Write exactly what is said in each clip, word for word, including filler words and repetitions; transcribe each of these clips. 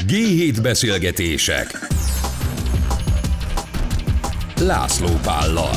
gé hét beszélgetések László Pállal.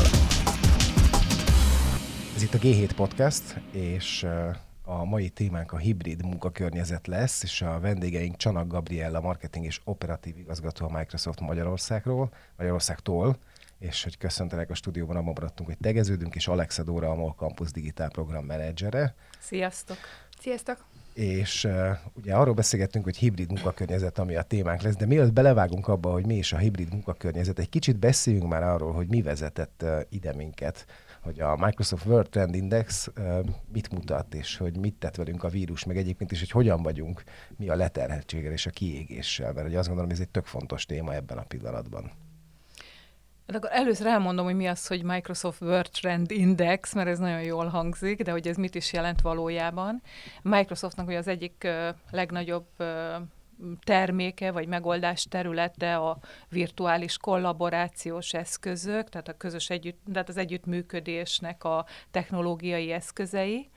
Ez itt a gé hét Podcast, és a mai témánk a hibrid munkakörnyezet lesz, és a vendégeink Csanak Gabriella, marketing és operatív igazgató a Microsoft Magyarországról, Magyarországtól, és hogy köszöntelek a stúdióban, abban maradtunk, hogy tegeződünk, és Alexa Dóra, a MOL Campus Digitál Program menedzsere. Sziasztok! Sziasztok! És uh, ugye arról beszélgettünk, hogy hibrid munkakörnyezet, ami a témánk lesz, de mielőtt belevágunk abba, hogy mi is a hibrid munkakörnyezet, egy kicsit beszéljünk már arról, hogy mi vezetett uh, ide minket, hogy a Microsoft World Trend Index uh, mit mutat, és hogy mit tett velünk a vírus, meg egyébként is, hogy hogyan vagyunk mi a leterheltséggel és a kiégéssel, mert ugye azt gondolom, hogy ez egy tök fontos téma ebben a pillanatban. De akkor először elmondom, hogy mi az, hogy Microsoft World Trend Index, mert ez nagyon jól hangzik, de hogy ez mit is jelent valójában. Microsoftnak ugye az egyik uh, legnagyobb uh, terméke vagy megoldás területe a virtuális kollaborációs eszközök, tehát a közös együtt, tehát az együttműködésnek a technológiai eszközei,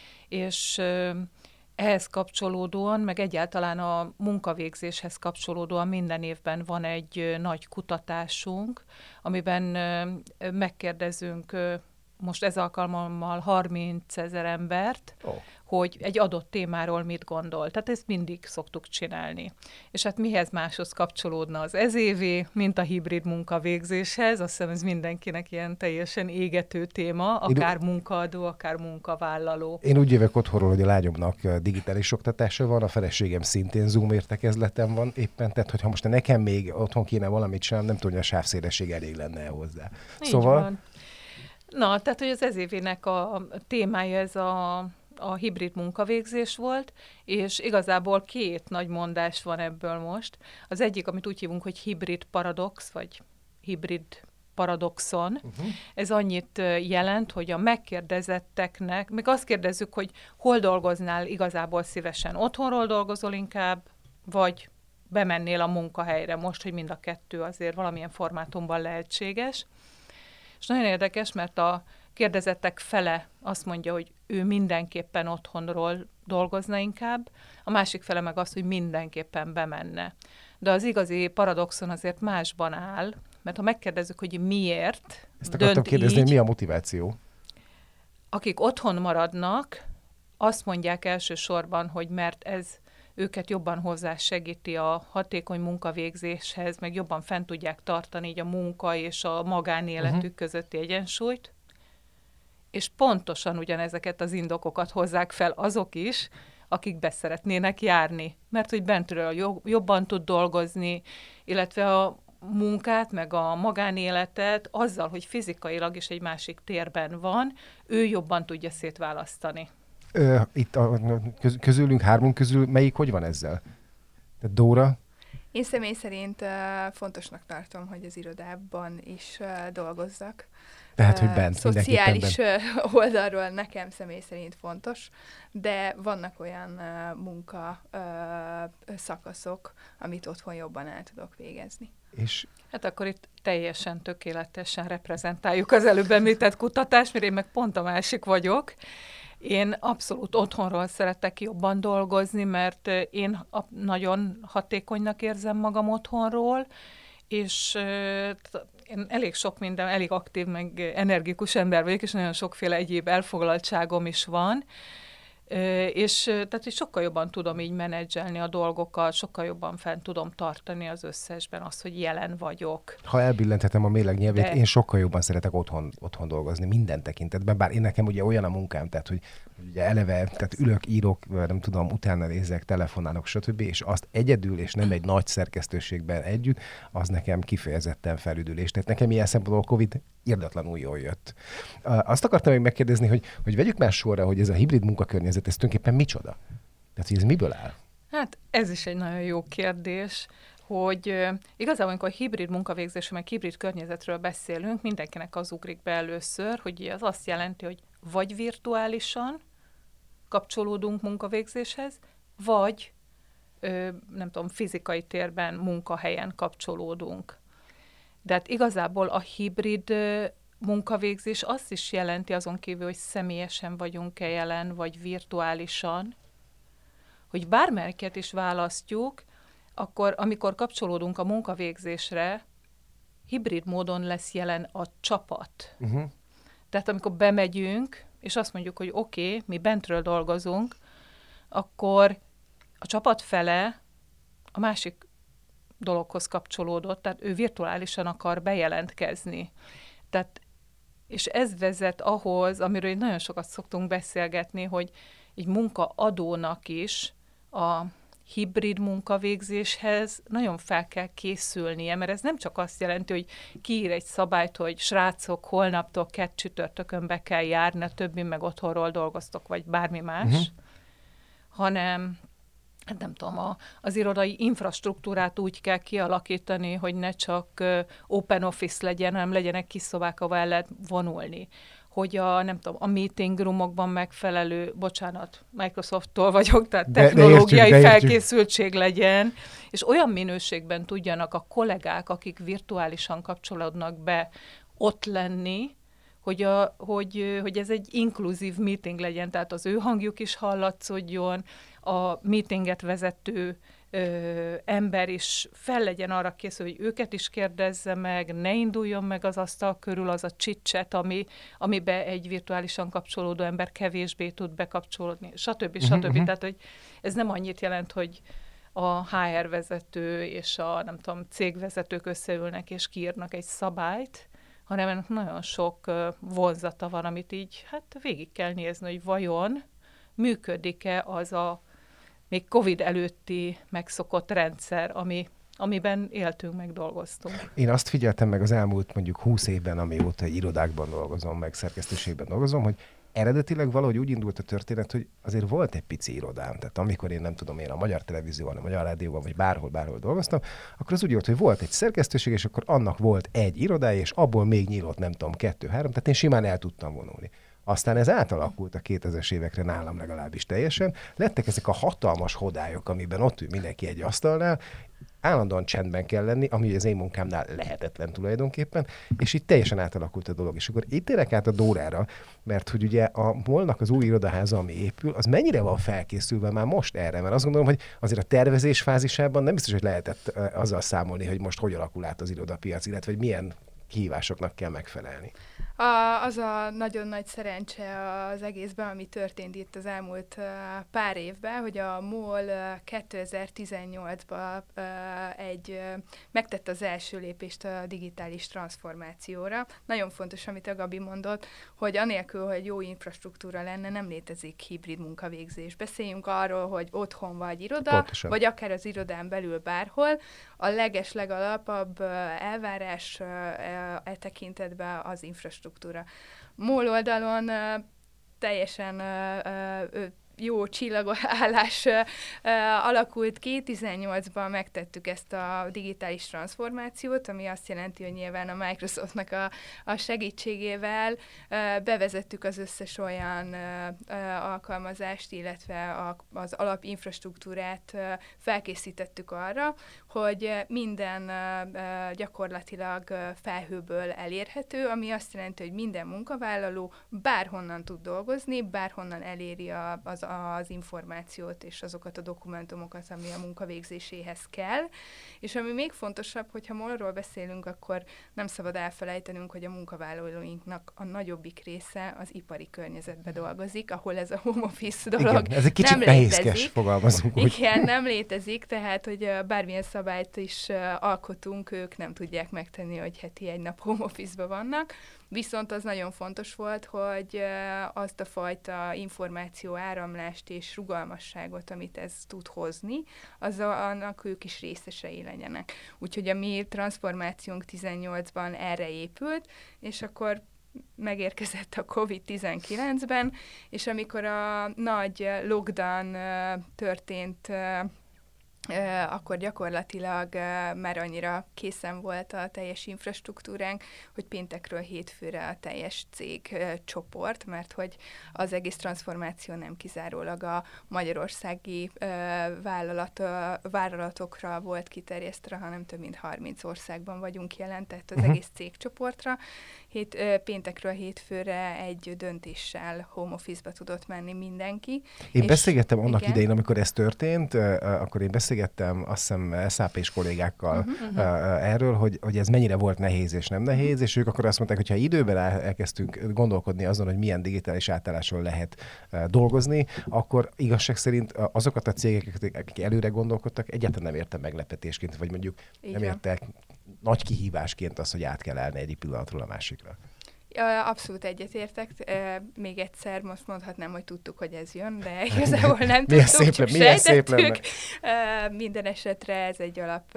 és uh, ehhez kapcsolódóan, meg egyáltalán a munkavégzéshez kapcsolódóan minden évben van egy nagy kutatásunk, amiben megkérdezünk most ez alkalommal harmincezer embert, oh. hogy egy adott témáról mit gondol. Tehát ezt mindig szoktuk csinálni. És hát mihez máshoz kapcsolódna az ez évé, mint a hibrid munkavégzéshez. Azt hiszem, ez mindenkinek ilyen teljesen égető téma, akár Én munkaadó, akár munkavállaló. Én úgy jövök otthonról, hogy a lányomnak digitális oktatása van, a feleségem szintén Zoom értekezleten van éppen, tehát hogyha most nekem még otthon kéne valamit sem, nem tudom, hogy a sávszélesség elég lenne hozzá. Így szóval... van. Na, tehát, hogy az ez évének a témája ez a, a hibrid munkavégzés volt, és igazából két nagy mondás van ebből most. Az egyik, amit úgy hívunk, hogy hibrid paradox, vagy hibrid paradoxon. Uh-huh. Ez annyit jelent, hogy a megkérdezetteknek, még azt kérdezzük, hogy hol dolgoznál igazából szívesen, otthonról dolgozol inkább, vagy bemennél a munkahelyre most, hogy mind a kettő azért valamilyen formátumban lehetséges. És nagyon érdekes, mert a kérdezettek fele azt mondja, hogy ő mindenképpen otthonról dolgozna inkább, a másik fele meg azt, hogy mindenképpen bemenne. De az igazi paradoxon azért másban áll, mert ha megkérdezzük, hogy miért Ezt akartam kérdezni, így, mi a motiváció? Akik otthon maradnak, azt mondják elsősorban, hogy mert ez őket jobban hozzásegíti a hatékony munkavégzéshez, meg jobban fent tudják tartani így a munka és a magánéletük uh-huh. közötti egyensúlyt. És pontosan ugyanezeket az indokokat hozzák fel azok is, akik be szeretnének járni. Mert hogy bentről jobban tud dolgozni, illetve a munkát, meg a magánéletet azzal, hogy fizikailag is egy másik térben van, ő jobban tudja szétválasztani. Ö, itt a, közülünk, hármunk közül melyik hogy van ezzel? Tehát Dóra? Én személy szerint uh, fontosnak tartom, hogy az irodában is uh, dolgozzak. Tehát, hogy bent, uh, Szociális uh, oldalról nekem személy szerint fontos, de vannak olyan uh, munka uh, szakaszok, amit otthon jobban el tudok végezni. És hát akkor itt teljesen tökéletesen reprezentáljuk az előbb említett kutatást, mert én meg pont a másik vagyok. Én abszolút otthonról szeretek jobban dolgozni, mert én nagyon hatékonynak érzem magam otthonról, és én elég sok minden, elég aktív, meg energikus ember vagyok, és nagyon sokféle egyéb elfoglaltságom is van, és tehát hogy sokkal jobban tudom így menedzselni a dolgokat, sokkal jobban fent tudom tartani az összesben azt, hogy jelen vagyok. Ha elbillenthetem a mélegnyelvét, De... én sokkal jobban szeretek otthon, otthon dolgozni minden tekintetben, bár én nekem ugye olyan a munkám, tehát hogy, hogy ugye eleve, tehát ülök, írok, nem tudom, utána nézek, telefonálok, stb., és azt egyedül, és nem egy nagy szerkesztőségben együtt, az nekem kifejezetten felüdülés. Tehát nekem ilyen szempontból a Covid irdatlanul jól jött. Azt akartam még megkérdezni, hogy, hogy vegyük már sorra, hogy ez a hibrid munkakörnyezet, ez tulajdonképpen micsoda? Tehát, hogy ez miből áll? Hát ez is egy nagyon jó kérdés, hogy uh, igazából, amikor hibrid munkavégzésről, meg hibrid környezetről beszélünk, mindenkinek az ugrik be először, hogy az azt jelenti, hogy vagy virtuálisan kapcsolódunk munkavégzéshez, vagy uh, nem tudom, fizikai térben, munkahelyen kapcsolódunk. De hát igazából a hibrid uh, munkavégzés azt is jelenti azon kívül, hogy személyesen vagyunk-e jelen, vagy virtuálisan, hogy bármelyiket is választjuk, akkor amikor kapcsolódunk a munkavégzésre, hibrid módon lesz jelen a csapat. Uh-huh. Tehát amikor bemegyünk, és azt mondjuk, hogy oké, okay, mi bentről dolgozunk, akkor a csapat fele a másik dologhoz kapcsolódott, tehát ő virtuálisan akar bejelentkezni. Tehát, és ez vezet ahhoz, amiről nagyon sokat szoktunk beszélgetni, hogy egy munkaadónak is a hibrid munkavégzéshez nagyon fel kell készülnie, mert ez nem csak azt jelenti, hogy kiír egy szabályt, hogy srácok, holnaptól kett csütörtökön be kell járni, a többi meg otthonról dolgoztok, vagy bármi más, uh-huh. hanem hát nem tudom, a, az irodai infrastruktúrát úgy kell kialakítani, hogy ne csak uh, open office legyen, hanem legyenek kis szobák, ahol el lehet vonulni. Hogy a, nem tudom, a meeting roomokban megfelelő, bocsánat, Microsofttól vagyok, tehát de, technológiai de értjük, de felkészültség legyen, és olyan minőségben tudjanak a kollégák, akik virtuálisan kapcsolódnak be, ott lenni, hogy, a, hogy, hogy ez egy inkluzív meeting legyen, tehát az ő hangjuk is hallatszódjon, a meetinget vezető ö, ember is fel legyen arra készül, hogy őket is kérdezze meg, ne induljon meg az asztal körül az a chit-chat, ami, amiben egy virtuálisan kapcsolódó ember kevésbé tud bekapcsolódni, stb. Uh-huh, stb. uh-huh. Tehát, hogy ez nem annyit jelent, hogy a há er vezető és a, nem tudom, cégvezetők összeülnek és kiírnak egy szabályt, hanem ennek nagyon sok uh, vonzata van, amit így hát végig kell nézni, hogy vajon működik-e az a még Covid előtti megszokott rendszer, ami, amiben éltünk, meg dolgoztunk. Én azt figyeltem meg az elmúlt mondjuk húsz évben, amióta egy irodákban dolgozom, meg szerkesztőségben dolgozom, hogy eredetileg valahogy úgy indult a történet, hogy azért volt egy pici irodám. Tehát amikor én nem tudom, én a Magyar Televízióban, a Magyar Rádióban, vagy bárhol, bárhol dolgoztam, akkor az úgy volt, hogy volt egy szerkesztőség, és akkor annak volt egy irodája, és abból még nyílt, nem tudom, kettő-három, tehát én simán el tudtam vonulni. Aztán ez átalakult a kétezres évekre nálam legalábbis teljesen. Lettek ezek a hatalmas hodályok, amiben ott ül mindenki egy asztalnál, állandóan csendben kell lenni, ami az én munkámnál lehetetlen tulajdonképpen, és itt teljesen átalakult a dolog. És akkor itt térek át a Dórára, mert hogy ugye a MOL-nak az új irodaháza, ami épül, az mennyire van felkészülve már most erre? Mert azt gondolom, hogy azért a tervezés fázisában nem biztos, hogy lehetett azzal számolni, hogy most hogy alakul át az irodapiac, illetve hogy milyen kihívásoknak kell megfelelni. A, az a nagyon nagy szerencse az egészben, ami történt itt az elmúlt uh, pár évben, hogy a MOL uh, kétezer-tizennyolcban uh, egy, uh, megtette az első lépést a digitális transformációra. Nagyon fontos, amit a Gabi mondott, hogy anélkül, hogy jó infrastruktúra lenne, nem létezik hibrid munkavégzés. Beszéljünk arról, hogy otthon vagy iroda, Pontosan. Vagy akár az irodán belül bárhol. A leges legalapabb uh, elvárás uh, e tekintetben az infrastruktúra. MOL oldalon uh, teljesen uh, uh, jó csillagállás uh, uh, alakult ki. tizennyolcban megtettük ezt a digitális transformációt, ami azt jelenti, hogy nyilván a Microsoftnak a, a segítségével uh, bevezettük az összes olyan uh, uh, alkalmazást, illetve a, az alapinfrastruktúrát uh, felkészítettük arra, hogy minden uh, uh, gyakorlatilag uh, felhőből elérhető, ami azt jelenti, hogy minden munkavállaló bárhonnan tud dolgozni, bárhonnan eléri a, az az információt és azokat a dokumentumokat, ami a munkavégzéséhez kell. És ami még fontosabb, hogyha MOL-ról beszélünk, akkor nem szabad elfelejtenünk, hogy a munkavállalóinknak a nagyobbik része az ipari környezetben dolgozik, ahol ez a home office dolog Igen, ez egy kicsit nem nehézkes, létezik. fogalmazunk úgy. Igen, nem létezik, tehát, hogy bármilyen szabályt is alkotunk, ők nem tudják megtenni, hogy heti egy nap home office-ban vannak. Viszont az nagyon fontos volt, hogy azt a fajta információ áramlást és rugalmasságot, amit ez tud hozni, az annak ők is részesei legyenek. Úgyhogy a mi transformációnk tizennyolcban erre épült, és akkor megérkezett a covid tizenkilencben, és amikor a nagy lockdown történt, Uh, akkor gyakorlatilag uh, már annyira készen volt a teljes infrastruktúránk, hogy péntekről hétfőre a teljes cég uh, csoport, mert hogy az egész transformáció nem kizárólag a magyarországi uh, vállalat, uh, vállalatokra volt kiterjesztve, hanem több mint harminc országban vagyunk jelen, tehát az uh-huh. egész cégcsoportra. Hét, uh, péntekről hétfőre egy döntéssel home office-ba tudott menni mindenki. Én és beszélgettem annak igen. idején, amikor ez történt, uh, akkor én beszélgettem beszélgettem, azt hiszem es á pés kollégákkal uh-huh, uh, erről, hogy, hogy ez mennyire volt nehéz és nem nehéz, és ők akkor azt mondták, hogy ha időben elkezdtünk gondolkodni azon, hogy milyen digitális átállásról lehet uh, dolgozni, akkor igazság szerint azokat a cégek, akik előre gondolkodtak, egyáltalán nem érte meglepetésként, vagy mondjuk Így nem értek nagy kihívásként az, hogy át kell állni egyik pillanatról a másikra. Abszolút egyetértek. Még egyszer most mondhatnám, hogy tudtuk, hogy ez jön, de igazából nem milyen tudtuk, szép, csak milyen szép lenne. Minden esetre ez egy alap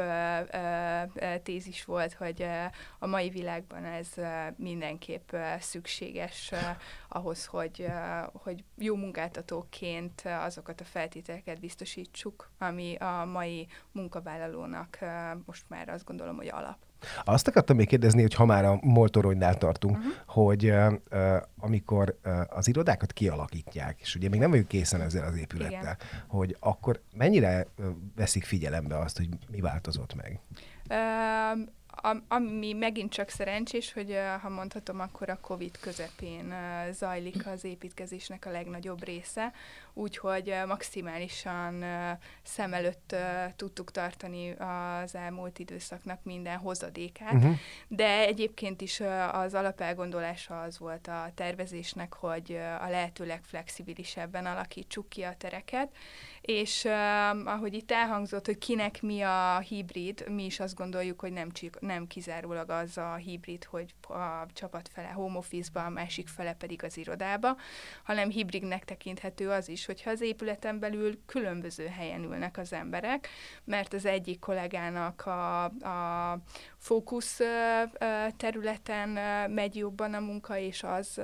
tézis volt, hogy a mai világban ez mindenképp szükséges ahhoz, hogy, hogy jó munkáltatóként azokat a feltételeket biztosítsuk, ami a mai munkavállalónak most már azt gondolom, hogy alap. Azt akartam még kérdezni, hogy ha már a MOL toronynál tartunk, uh-huh. hogy uh, amikor uh, az irodákat kialakítják, és ugye még nem vagyunk készen ezzel az épülettel, Igen. hogy akkor mennyire uh, veszik figyelembe azt, hogy mi változott meg? Um, Ami megint csak szerencsés, hogy ha mondhatom, akkor a Covid közepén zajlik az építkezésnek a legnagyobb része, úgyhogy maximálisan szem előtt tudtuk tartani az elmúlt időszaknak minden hozadékát, uh-huh. de egyébként is az alapelgondolása az volt a tervezésnek, hogy a lehető legflexibilisebben alakítsuk ki a tereket, és ahogy itt elhangzott, hogy kinek mi a hibrid, mi is azt gondoljuk, hogy nem csak nem kizárólag az a hibrid, hogy a csapat fele home office-ba, a másik fele pedig az irodába, hanem hibridnek tekinthető az is, hogyha az épületen belül különböző helyen ülnek az emberek, mert az egyik kollégának a, a fókusz területen megy jobban a munka, és az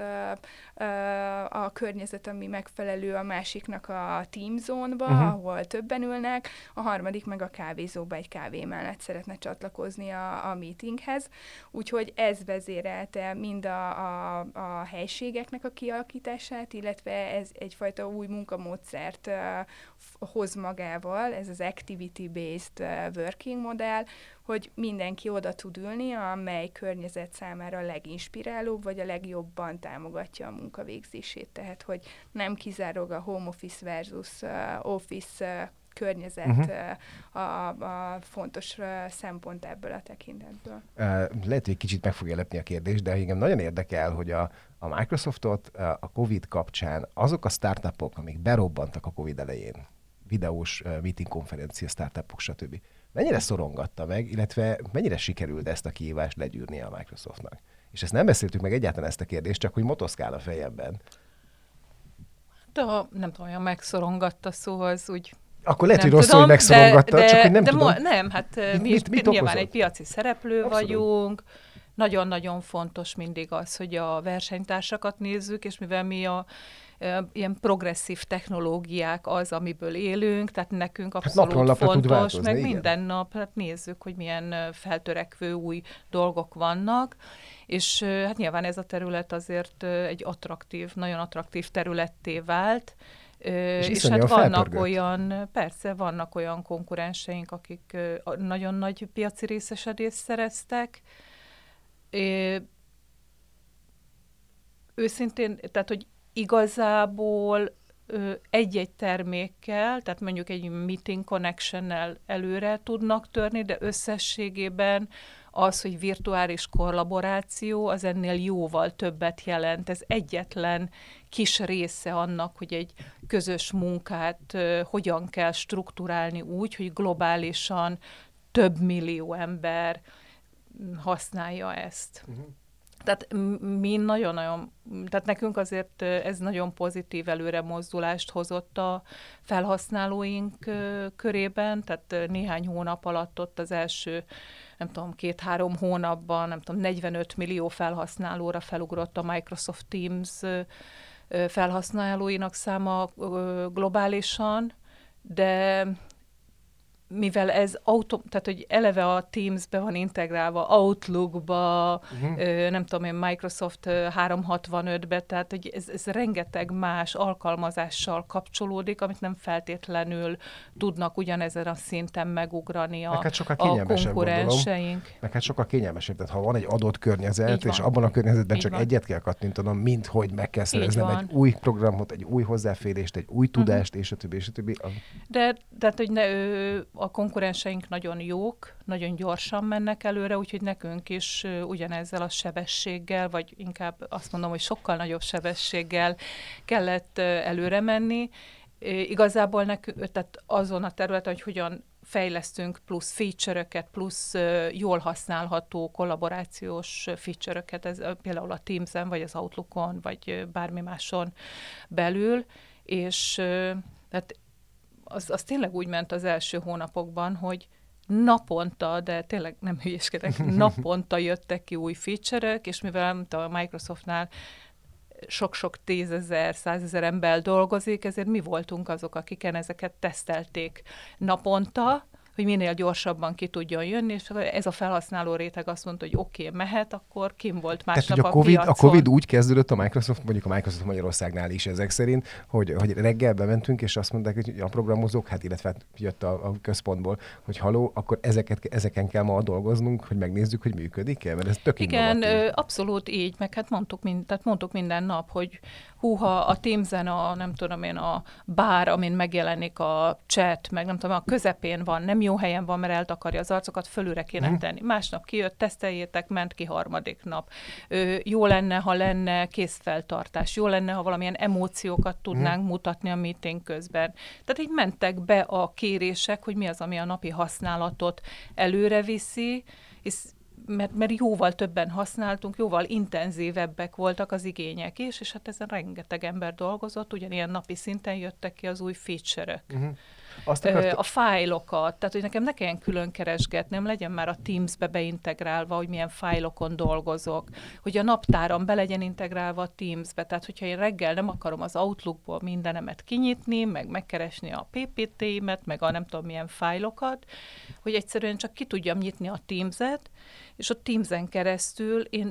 a környezet, ami megfelelő, a másiknak a team zone-ba, uh-huh. ahol többen ülnek, a harmadik meg a kávézóba egy kávé mellett szeretne csatlakozni a, a meetinghez. Úgyhogy ez vezérelte mind a, a, a helységeknek a kialakítását, illetve ez egyfajta új munkamódszert uh, hoz magával, ez az activity-based uh, working modell, hogy mindenki oda tud ülni, amely környezet számára a leginspirálóbb, vagy a legjobban támogatja a munkavégzését. Tehát, hogy nem kizárólag a home office versus uh, office uh, környezet uh-huh. uh, a, a fontos uh, szempont ebből a tekintetből. Uh, lehet, hogy kicsit meg fogja lepni a kérdés, de engem nagyon érdekel, hogy a, a Microsoftot uh, a Covid kapcsán azok a startupok, amik berobbantak a Covid elején, videós uh, meeting konferencia startupok, stb. Mennyire szorongatta meg, illetve mennyire sikerült ezt a kihívást legyűrnie a Microsoftnak? És ezt nem beszéltük meg egyáltalán ezt a kérdést, csak hogy motoszkál a fejemben. De nem tudom, olyan megszorongatta szó, az úgy... Akkor lehet, nem hogy rosszul, hogy megszorongatta, de, csak hogy nem de tudom. Mo- nem, hát mit, mi mit, mit nyilván okozott? Egy piaci szereplő Abszolút. vagyunk, nagyon-nagyon fontos mindig az, hogy a versenytársakat nézzük, és mivel mi a ilyen progresszív technológiák az, amiből élünk, tehát nekünk abszolút hát fontos, meg igen. minden nap hát nézzük, hogy milyen feltörekvő új dolgok vannak, és hát nyilván ez a terület azért egy attraktív, nagyon attraktív területté vált, és, és hát vannak felpörgött. olyan, persze vannak olyan konkurenseink, akik nagyon nagy piaci részesedést szereztek. É, őszintén, tehát, hogy igazából ö, egy-egy termékkel, tehát mondjuk egy meeting connection-nel előre tudnak törni, de összességében az, hogy virtuális kollaboráció, az ennél jóval többet jelent. Ez egyetlen kis része annak, hogy egy közös munkát ö, hogyan kell strukturálni úgy, hogy globálisan több millió ember használja ezt. Uh-huh. Tehát mi nagyon-nagyon, tehát nekünk azért ez nagyon pozitív előre mozdulást hozott a felhasználóink körében, tehát néhány hónap alatt ott az első, nem tudom, két-három hónapban, nem tudom, negyvenöt millió felhasználóra felugrott a Microsoft Teams felhasználóinak száma globálisan, de mivel ez autó, tehát hogy eleve a Teams-be van integrálva, Outlook-ba, uh-huh. ö, nem tudom én, Microsoft háromszázhatvanötbe, tehát hogy ez, ez rengeteg más alkalmazással kapcsolódik, amit nem feltétlenül tudnak ugyanezen a szinten megugrani a, hát a konkurenseink. Meg hát sokkal kényelmesebb, tehát ha van egy adott környezet, és abban a környezetben Így csak van. egyet kell kattintanom, mint hogy meg kell szereznem egy új programot, egy új hozzáférést, egy új tudást, uh-huh. és a többi, és a többi. De, tehát, hogy ne, ö, a konkurenseink nagyon jók, nagyon gyorsan mennek előre, úgyhogy nekünk is ugyanezzel a sebességgel, vagy inkább azt mondom, hogy sokkal nagyobb sebességgel kellett előre menni. Igazából nekünk, tehát azon a területen, hogy hogyan fejlesztünk plusz feature-öket, plusz jól használható kollaborációs feature-öket, ez például a Teams-en, vagy az Outlook-on, vagy bármi máson belül, és tehát az, az tényleg úgy ment az első hónapokban, hogy naponta, de tényleg nem hülyéskedek, naponta jöttek ki új feature-ök, és mivel a Microsoftnál sok-sok tízezer, százezer ember dolgozik, ezért mi voltunk azok, akiken ezeket tesztelték naponta, hogy minél gyorsabban ki tudjon jönni, és ez a felhasználó réteg azt mondta, hogy oké, okay, mehet, akkor kim volt másnap Tehát, a, a COVID, piacon. A Covid úgy kezdődött a Microsoft, mondjuk a Microsoft Magyarországnál is ezek szerint, hogy, hogy reggel bementünk, és azt mondták, hogy a programozók, hát illetve jött a, a központból, hogy haló, akkor ezeket, ezeken kell ma dolgoznunk, hogy megnézzük, hogy működik-e, mert ez tök Igen, innovatív. abszolút így, meg hát mondtuk, mind, tehát mondtuk minden nap, hogy húha, a Teams-en a, nem tudom én, a bár, amin megjelenik a chat, meg nem tudom, a közepén van, nem jó helyen van, mert eltakarja az arcokat, fölülre kéne hmm. tenni. Másnap kijött, teszteljétek, ment ki harmadik nap. Ö, jó lenne, ha lenne készfeltartás, jó lenne, ha valamilyen emóciókat tudnánk hmm. mutatni a meeting közben. Tehát így mentek be a kérések, hogy mi az, ami a napi használatot előre viszi, és Mert, mert jóval többen használtunk, jóval intenzívebbek voltak az igények is, és hát ezen rengeteg ember dolgozott, ugyanilyen napi szinten jöttek ki az új feature-ök. Uh-huh. Azt akart... A fájlokat, tehát hogy nekem ne kelljen külön keresgetnem, legyen már a Teams-be beintegrálva, hogy milyen fájlokon dolgozok, hogy a naptáram be legyen integrálva a Teams-be, tehát hogyha én reggel nem akarom az Outlookból mindenemet kinyitni, meg megkeresni a pé pé té-met, meg a nem tudom milyen fájlokat, hogy egyszerűen csak ki tudjam nyitni a Teams-et, és a Teams-en keresztül én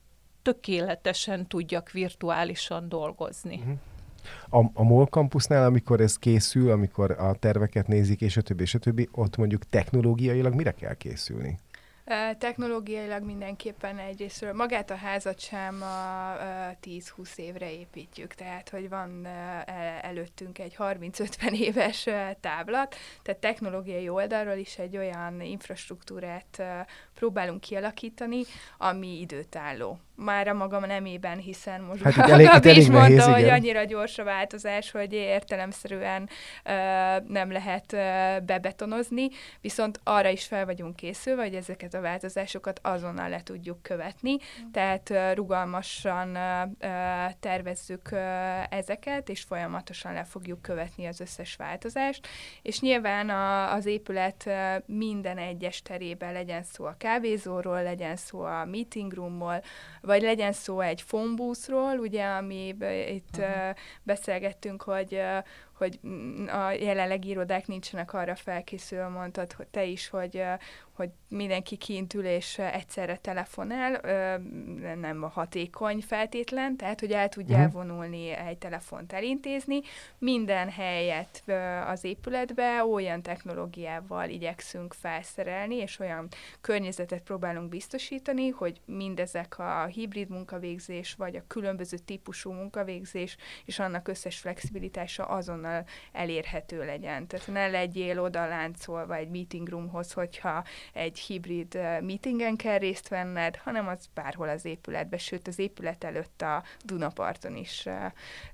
tökéletesen tudjak virtuálisan dolgozni. Uh-huh. A, a MOL Campusnál, amikor ez készül, amikor a terveket nézik, és a többi, és a többi, ott mondjuk technológiailag mire kell készülni? Technológiailag mindenképpen egyrésztről magát a házat sem a tíz-húsz évre építjük, tehát hogy van előttünk egy harminc-ötven éves távlat, tehát technológiai oldalról is egy olyan infrastruktúrát próbálunk kialakítani, ami időtálló. Már a maga nemében, hiszen most hát elég, Gabi is mondta, nehéz, hogy igen. annyira gyors a változás, hogy értelemszerűen uh, nem lehet uh, bebetonozni, viszont arra is fel vagyunk készülve, hogy ezeket a változásokat azonnal le tudjuk követni, mm. tehát uh, rugalmasan uh, uh, tervezzük uh, ezeket, és folyamatosan le fogjuk követni az összes változást, és nyilván a, az épület uh, minden egyes terében, legyen szó a kávézóról, legyen szó a meeting roomról, vagy legyen szó egy phone boothról, ugye, ami itt uh, beszélgettünk, hogy, uh, hogy a jelenlegi irodák nincsenek arra felkészülve, mondtad hogy te is, hogy, uh, hogy mindenki kint ül és egyszerre telefonál, uh, nem hatékony feltétlen, tehát, hogy el tudja uh-huh. elvonulni egy telefont elintézni. Minden helyet uh, az épületbe olyan technológiával igyekszünk felszerelni, és olyan környezetet próbálunk biztosítani, hogy mindezek a hibrid munkavégzés, vagy a különböző típusú munkavégzés, és annak összes flexibilitása azonnal elérhető legyen. Tehát ne legyél oda láncolva egy meeting roomhoz, hogyha egy hibrid meetingen kell részt venned, hanem az bárhol az épületben, sőt az épület előtt a Dunaparton is uh, uh,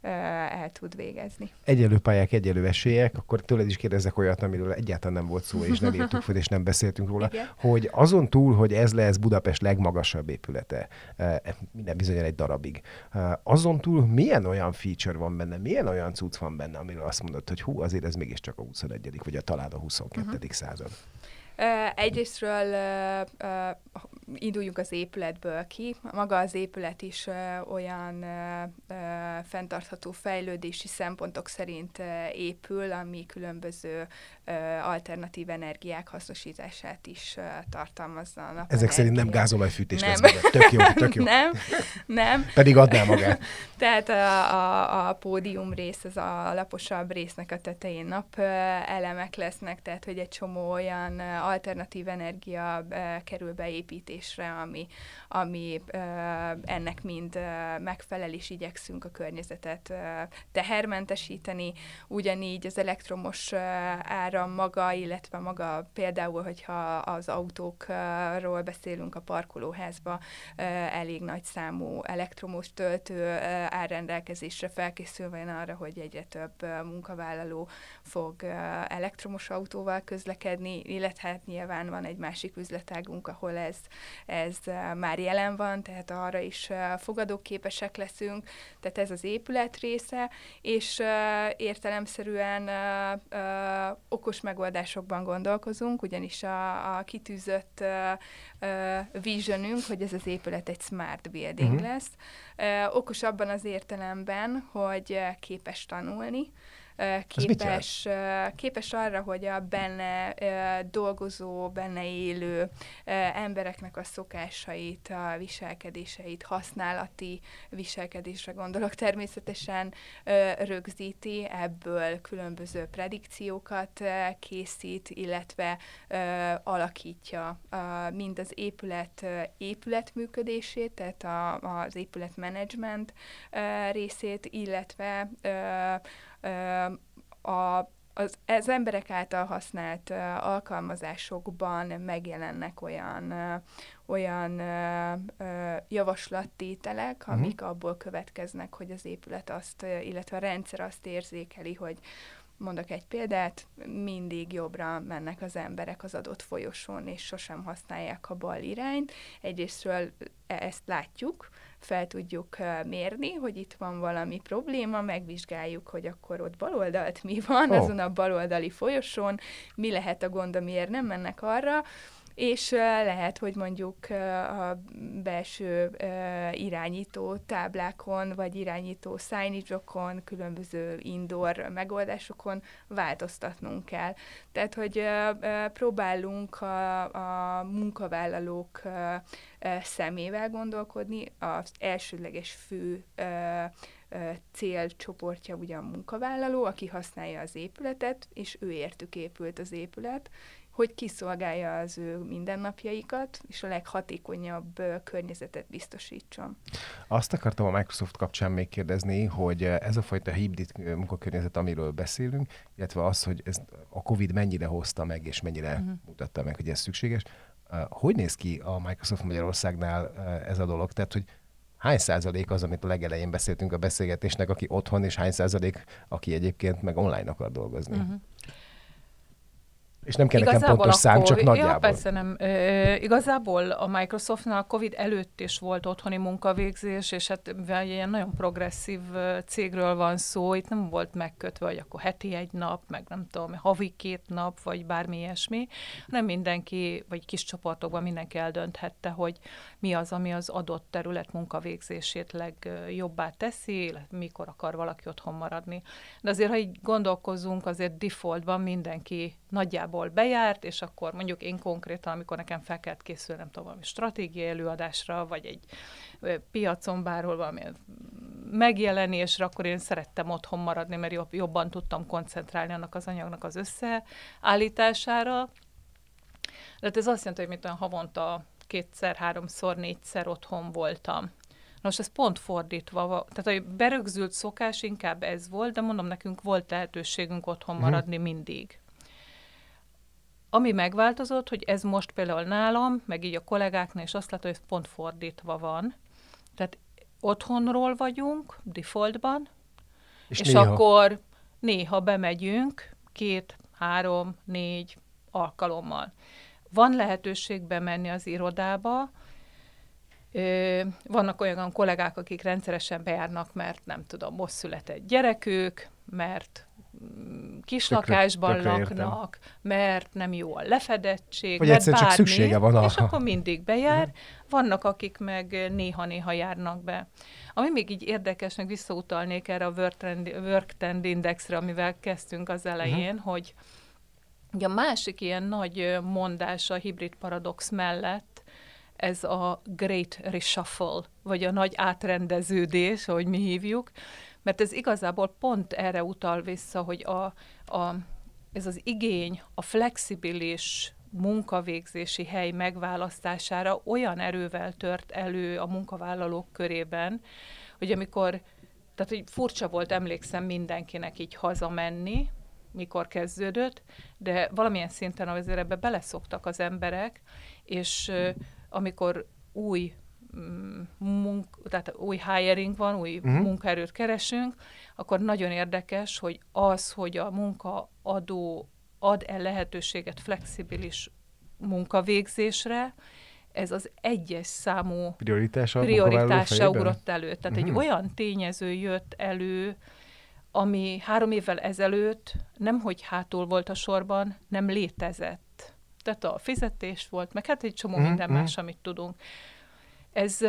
el tud végezni. Egyelő pályák, egyelő esélyek, akkor tőled is kérdezzek olyat, amiről egyáltalán nem volt szó, és nem írtuk fel, és nem beszéltünk róla, igen. Hogy azon túl, hogy ez lesz Budapest legmagasabb épülete, uh, minden bizonyan egy darabig, uh, azon túl milyen olyan feature van benne, milyen olyan cucc van benne, amiről azt mondod, hogy hú, azért ez mégiscsak a huszonegyedik vagy a talán a huszonkettedik Uh-huh. század. Uh, egyrésztről uh, uh, induljunk az épületből ki. Maga az épület is uh, olyan uh, uh, fenntartható fejlődési szempontok szerint uh, épül, ami különböző uh, alternatív energiák hasznosítását is uh, tartalmazza. A Ezek szerint nem gázolajfűtés nem. lesz benne. Tök jó, tök jó. Nem, nem. Pedig adná magát. Tehát a, a, a pódium rész, az a laposabb résznek a tetején nap uh, elemek lesznek, tehát hogy egy csomó olyan uh, alternatív energia uh, kerül beépítésre berendezésre, ami, ami ö, ennek mind ö, megfelel, és igyekszünk a környezetet ö, tehermentesíteni. Ugyanígy az elektromos ö, áram maga, illetve maga például, hogyha az autókról beszélünk a parkolóházba, ö, elég nagy számú elektromos töltő ö, áll rendelkezésre, felkészülve arra, hogy egyre több ö, munkavállaló fog ö, elektromos autóval közlekedni, illetve hát nyilván van egy másik üzletágunk, ahol ez, ez ö, már jelen van, tehát arra is ö, fogadóképesek leszünk, tehát ez az épület része, és ö, értelemszerűen ö, ö, okos megoldásokban gondolkozunk, ugyanis a, a kitűzött ö, ö, visionünk, hogy ez az épület egy smart building uh-huh. lesz. Ö, okos abban az értelemben, hogy képes tanulni, Képes, képes arra, hogy a benne dolgozó, benne élő embereknek a szokásait, a viselkedéseit, használati viselkedésre gondolok természetesen rögzíti, ebből különböző predikciókat készít, illetve alakítja mind az épület épület működését, tehát a, az épületmenedzsment részét, illetve A, az, az emberek által használt uh, alkalmazásokban megjelennek olyan, uh, olyan uh, uh, javaslattételek, uh-huh. amik abból következnek, hogy az épület azt, uh, illetve a rendszer azt érzékeli, hogy mondok egy példát, mindig jobbra mennek az emberek az adott folyosón, és sosem használják a bal irányt. Egyrésztről ezt látjuk, fel tudjuk mérni, hogy itt van valami probléma, megvizsgáljuk, hogy akkor ott baloldalt mi van, oh. azon a baloldali folyosón, mi lehet a gond, amiért nem mennek arra, és uh, lehet, hogy mondjuk uh, a belső uh, irányító táblákon, vagy irányító signage-okon, különböző indoor megoldásokon változtatnunk kell. Tehát, hogy uh, uh, próbálunk a, a munkavállalók uh, uh, szemével gondolkodni, az elsődleges fő uh, uh, célcsoportja ugye a munkavállaló, aki használja az épületet, és ő értük épült az épület, hogy kiszolgálja az ő mindennapjaikat, és a leghatékonyabb környezetet biztosítson. Azt akartam a Microsoft kapcsán még kérdezni, hogy ez a fajta hibrid munkakörnyezet, amiről beszélünk, illetve az, hogy ez a Covid mennyire hozta meg, és mennyire uh-huh. mutatta meg, hogy ez szükséges. Hogy néz ki a Microsoft Magyarországnál ez a dolog? Tehát, hogy hány százalék az, amit a legelején beszéltünk a beszélgetésnek, aki otthon, és hány százalék, aki egyébként meg online akar dolgozni? Uh-huh. És nem kell nekem pontos szám, csak nagyjából. Ja, persze nem. E, igazából a Microsoftnál Covid előtt is volt otthoni munkavégzés, és hát egy ilyen nagyon progresszív cégről van szó, itt nem volt megkötve, hogy akkor heti egy nap, meg nem tudom, havi két nap, vagy bármi ilyesmi, hanem mindenki, vagy kis csoportokban mindenki eldönthette, hogy mi az, ami az adott terület munkavégzését legjobbá teszi, mikor akar valaki otthon maradni. De azért, ha így gondolkozunk, azért defaultban mindenki nagyjából bejárt, és akkor mondjuk én konkrétan, amikor nekem fel kellett készülni, nem tudom, valami stratégiai előadásra, vagy egy piacon bárhol valami megjelenésre, akkor én szerettem otthon maradni, mert jobb, jobban tudtam koncentrálni annak az anyagnak az összeállítására. De ez azt jelenti, hogy mint olyan havonta kétszer, háromszor, négyszer otthon voltam. Most ez pont fordítva, tehát a berögzült szokás inkább ez volt, de mondom, nekünk volt lehetőségünk otthon maradni hmm. mindig. Ami megváltozott, hogy ez most például nálam, meg így a kollégáknál is azt látom, hogy ez pont fordítva van. Tehát otthonról vagyunk, defaultban, és, és néha. akkor néha bemegyünk két, három, négy alkalommal. Van lehetőség bemenni az irodába, Ö, vannak olyan kollégák, akik rendszeresen bejárnak, mert nem tudom, most született gyerekük, mert kislakásban tökre, tökre laknak, értem. Mert nem jó a lefedettség, vagy mert bármi, csak szüksége van a... és akkor mindig bejár. Vannak, akik meg néha-néha járnak be. Ami még így érdekes, meg visszautalnék erre a Work Trend, Work Trend Indexre, amivel kezdtünk az elején, uh-huh. hogy ugye a másik ilyen nagy mondás a hibrid paradox mellett, ez a Great Reshuffle, vagy a nagy átrendeződés, ahogy mi hívjuk, mert ez igazából pont erre utal vissza, hogy a, a, ez az igény a flexibilis munkavégzési hely megválasztására olyan erővel tört elő a munkavállalók körében, hogy amikor, tehát hogy furcsa volt, emlékszem mindenkinek így hazamenni, mikor kezdődött, de valamilyen szinten azért ebbe beleszoktak az emberek, és uh, amikor új Munk, tehát új hiring van, új uh-huh. munkaerőt keresünk, akkor nagyon érdekes, hogy az, hogy a munkaadó ad-e lehetőséget flexibilis munkavégzésre, ez az egyes számú prioritása, prioritása ugrott elő. Tehát uh-huh. egy olyan tényező jött elő, ami három évvel ezelőtt nemhogy hátul volt a sorban, nem létezett. Tehát a fizetés volt, meg hát egy csomó uh-huh. minden más, amit tudunk. Ez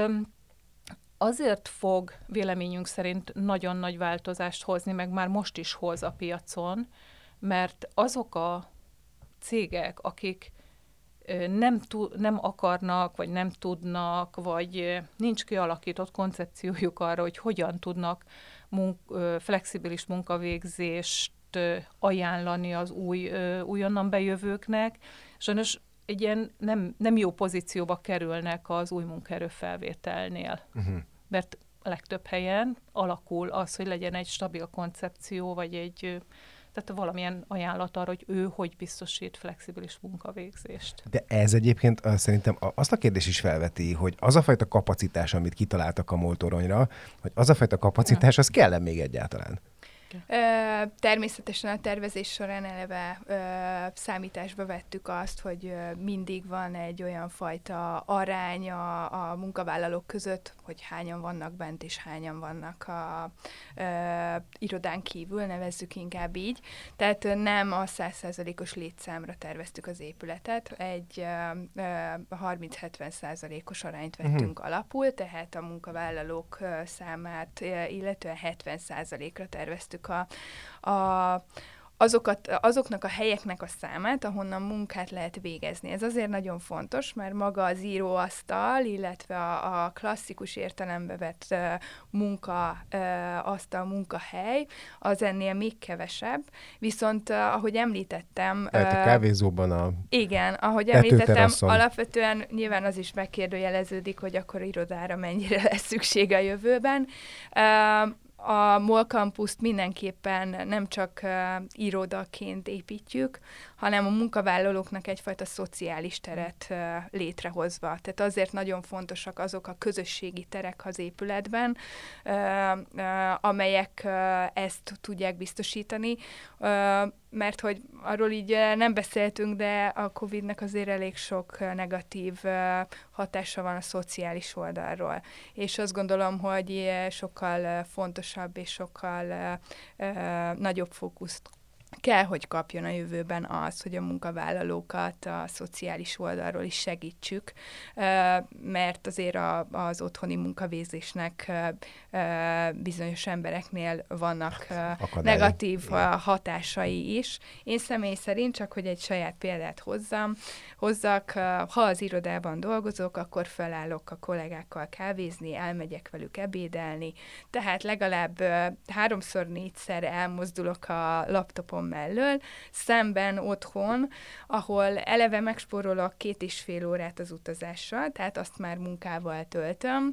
azért fog véleményünk szerint nagyon nagy változást hozni, meg már most is hoz a piacon, mert azok a cégek, akik nem, tu- nem akarnak, vagy nem tudnak, vagy nincs kialakított koncepciójuk arra, hogy hogyan tudnak munk- flexibilis munkavégzést ajánlani az új, újonnan bejövőknek, sajnos egy ilyen nem, nem jó pozícióba kerülnek az új munkaerő felvételnél. Uh-huh. Mert a legtöbb helyen alakul az, hogy legyen egy stabil koncepció, vagy egy, tehát valamilyen ajánlat arra, hogy ő hogy biztosít flexibilis munkavégzést. De ez egyébként szerintem azt a kérdést is felveti, hogy az a fajta kapacitás, amit kitaláltak a MOL toronyra, hogy az a fajta kapacitás, az kell még egyáltalán? Ö, természetesen a tervezés során eleve ö, számításba vettük azt, hogy ö, mindig van egy olyan fajta arány a, a munkavállalók között, hogy hányan vannak bent és hányan vannak a ö, irodán kívül, nevezzük inkább így. Tehát ö, nem a száz százalékos létszámra terveztük az épületet, egy ö, ö, harminc-hetven százalékos arányt vettünk uh-huh. alapul, tehát a munkavállalók ö, számát, ö, illetően hetven százalékra terveztük A, a, azokat, azoknak a helyeknek a számát, ahonnan munkát lehet végezni. Ez azért nagyon fontos, mert maga az íróasztal, illetve a, a klasszikus értelembe vett uh, munka, uh, asztal, munkahely, az ennél még kevesebb. Viszont, uh, ahogy említettem... Tehát a kávézóban a Igen, ahogy említettem, alapvetően nyilván az is megkérdőjeleződik, hogy akkor irodára mennyire lesz szükség a jövőben. Uh, A MOL Campust mindenképpen nem csak uh, irodaként építjük, hanem a munkavállalóknak egyfajta szociális teret uh, létrehozva. Tehát azért nagyon fontosak azok a közösségi terek az épületben, uh, uh, amelyek uh, ezt tudják biztosítani, uh, mert hogy arról így nem beszéltünk, de a Covidnak azért elég sok negatív hatása van a szociális oldalról. És azt gondolom, hogy sokkal fontosabb és sokkal nagyobb fókuszt kell, hogy kapjon a jövőben az, hogy a munkavállalókat a szociális oldalról is segítsük, mert azért a, az otthoni munkavégzésnek bizonyos embereknél vannak Akadály. negatív hatásai is. Én személy szerint, csak hogy egy saját példát hozzam, hozzak, ha az irodában dolgozok, akkor felállok a kollégákkal kávézni, elmegyek velük ebédelni, tehát legalább háromszor, négyszer elmozdulok a laptopon mellől, szemben otthon, ahol eleve megspórolok két és fél órát az utazással, tehát azt már munkával töltöm,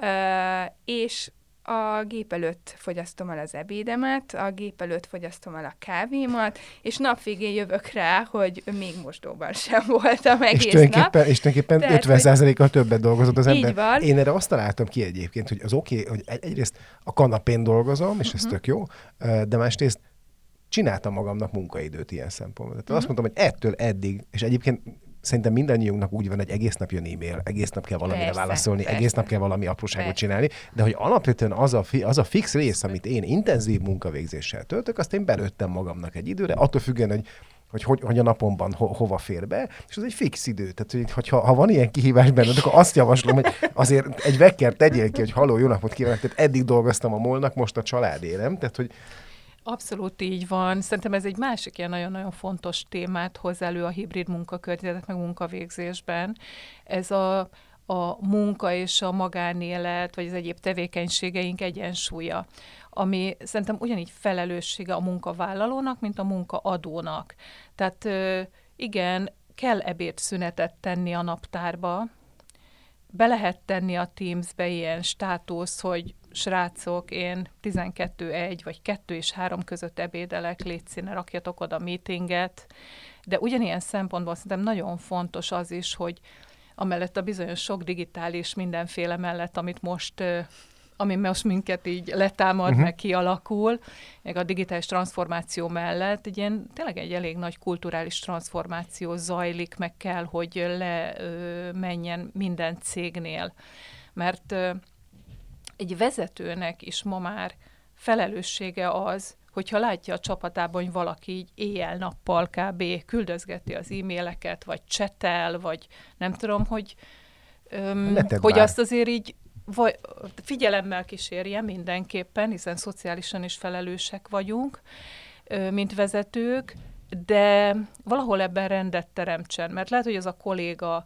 és a gép előtt fogyasztom el az ebédemet, a gép előtt fogyasztom el a kávémat, és nap végén jövök rá, hogy még mosdóban sem voltam egész és nap. És tulajdonképpen ötven százalékkal többet dolgozott az ember. Így van. Én erre azt találtam ki egyébként, hogy az oké, okay, hogy egyrészt a kanapén dolgozom, és ez uh-huh. tök jó, de másrészt csináltam magamnak munkaidőt ilyen szempontból. Tehát uh-huh. azt mondtam, hogy ettől eddig, és egyébként szerintem mindannyiunknak úgy van, hogy egész nap jön e-mail, egész nap kell valamire persze, válaszolni, persze. egész nap kell valami apróságot persze. csinálni, de hogy alapvetően az a, fi, az a fix rész, amit én intenzív munkavégzéssel töltök, azt én belőttem magamnak egy időre, attól függően, hogy hogy, hogy, hogy a napomban ho, hova fér be, és az egy fix idő. Tehát, hogy ha, ha van ilyen kihívás benned, akkor azt javaslom, hogy azért egy vekkert tegyél ki, hogy halló, jó napot kívánok, tehát eddig dolgoztam a MOL-nak, most a család élem, tehát, hogy abszolút így van. Szerintem ez egy másik ilyen nagyon-nagyon fontos témát hoz elő a hibrid munkakörnyezetek meg munkavégzésben. Ez a, a munka és a magánélet, vagy az egyéb tevékenységeink egyensúlya, ami szerintem ugyanígy felelőssége a munkavállalónak, mint a munkaadónak. Tehát igen, kell ebédszünetet tenni a naptárba, be lehet tenni a Teams-be ilyen státusz, hogy srácok, én tizenkettő egy vagy kettő és három között ebédelek, légy színe, rakjatok oda meetinget, de ugyanilyen szempontból szerintem nagyon fontos az is, hogy amellett a bizonyos sok digitális mindenféle mellett, amit most, ami most minket így letámad, uh-huh. meg kialakul, meg a digitális transformáció mellett, egy ilyen, tényleg egy elég nagy kulturális transformáció zajlik, meg kell, hogy lemenjen minden cégnél. Mert egy vezetőnek is ma már felelőssége az, hogyha látja a csapatában, hogy valaki így éjjel-nappal kb. Küldözgeti az e-maileket, vagy csetel, vagy nem tudom, hogy, öm, hogy azt azért így vagy, figyelemmel kísérje mindenképpen, hiszen szociálisan is felelősek vagyunk, ö, mint vezetők, de valahol ebben rendet teremtsen, mert lehet, hogy az a kolléga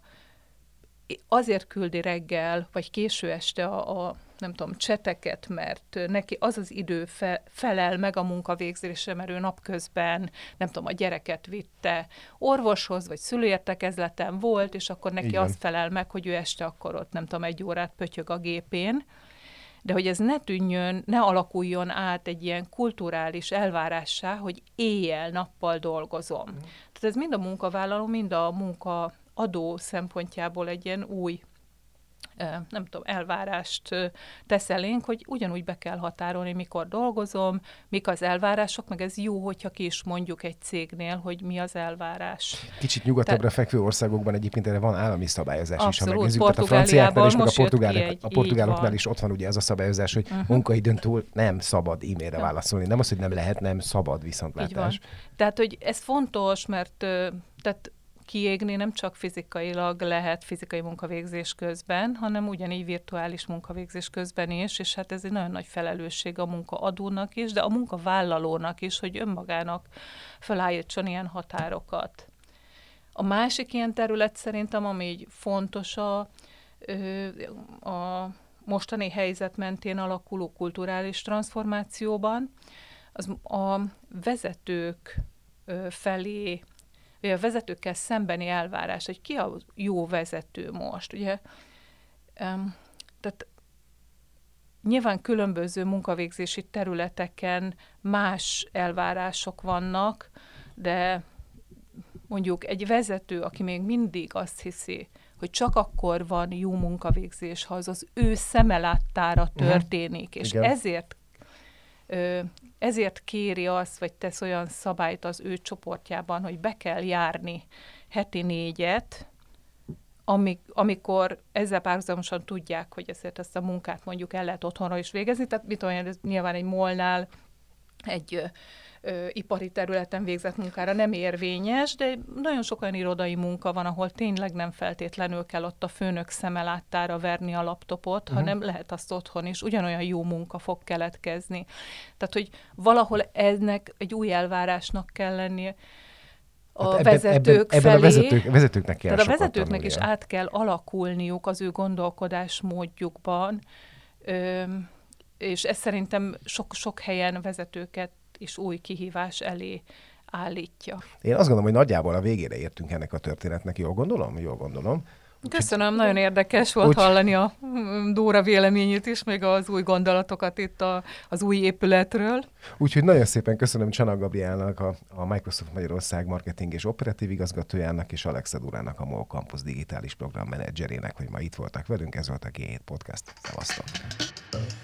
azért küldi reggel, vagy késő este a, a nem tudom, cseteket, mert neki az az idő fe, felel meg a munkavégzésre, mert ő napközben, nem tudom, a gyereket vitte orvoshoz, vagy szülőértekezleten volt, és akkor neki Igen. az felel meg, hogy ő este akkor ott, nem tudom, egy órát pötyög a gépén. De hogy ez ne tűnjön, ne alakuljon át egy ilyen kulturális elvárássá, hogy éjjel-nappal dolgozom. Mm. Tehát ez mind a munkavállaló, mind a munkaadó szempontjából egy ilyen új nem tudom, elvárást tesz elénk, hogy ugyanúgy be kell határolni, mikor dolgozom, mik az elvárások, meg ez jó, hogyha ki is mondjuk egy cégnél, hogy mi az elvárás. Kicsit nyugatabbra Te... fekvő országokban egyébként erre van állami szabályozás Abszolút, is, ha megnézzük. Tehát a franciáknál is, meg a, portugálok, egy, a portugáloknál is ott van ugye ez a szabályozás, hogy uh-huh. munkaidőn túl nem szabad e-mailre ja. válaszolni. Nem az, hogy nem lehet, nem szabad viszontlátás. Tehát, hogy ez fontos, mert tehát kiégni nem csak fizikailag lehet fizikai munkavégzés közben, hanem ugyanígy virtuális munkavégzés közben is, és hát ez egy nagyon nagy felelősség a munkaadónak is, de a munkavállalónak is, hogy önmagának felállítson ilyen határokat. A másik ilyen terület szerintem, ami így fontos a, a mostani helyzet mentén alakuló kulturális transformációban, az a vezetők felé a vezetőkkel szembeni elvárás, hogy ki a jó vezető most. Ugye, um, tehát nyilván különböző munkavégzési területeken más elvárások vannak, de mondjuk egy vezető, aki még mindig azt hiszi, hogy csak akkor van jó munkavégzés, ha az az ő szeme láttára történik, uh-huh. és Igen. ezért ö, ezért kéri azt, vagy tesz olyan szabályt az ő csoportjában, hogy be kell járni heti négyet, amik, amikor ezzel párhuzamosan tudják, hogy ezért ezt a munkát mondjuk el lehet otthonról is végezni. Tehát mit olyan, ez nyilván egy molnál, egy ö, ö, ipari területen végzett munkára nem érvényes, de nagyon sok olyan irodai munka van, ahol tényleg nem feltétlenül kell ott a főnök szeme láttára verni a laptopot, uh-huh. hanem lehet azt otthon is, ugyanolyan jó munka fog keletkezni. Tehát, hogy valahol ennek egy új elvárásnak kell lennie a hát ebben, vezetők ebben, felé. Ebben a vezetők, vezetőknek kell Tehát a vezetőknek tanulni. is át kell alakulniuk az ő gondolkodásmódjukban, Öm, és ez szerintem sok-sok helyen vezetőket is új kihívás elé állítja. Én azt gondolom, hogy nagyjából a végére értünk ennek a történetnek. Jól gondolom? Jól gondolom. Köszönöm, úgy, nagyon érdekes volt úgy, hallani a Dóra véleményét is, meg az új gondolatokat itt a, az új épületről. Úgyhogy nagyon szépen köszönöm Csanak Gabrielnak, a, a Microsoft Magyarország marketing és operatív igazgatójának, és Alexa Durának, a MOL Campus digitális programmenedzserének, hogy ma itt voltak velünk. Ez volt a gé hét Podcast. Szevasztok!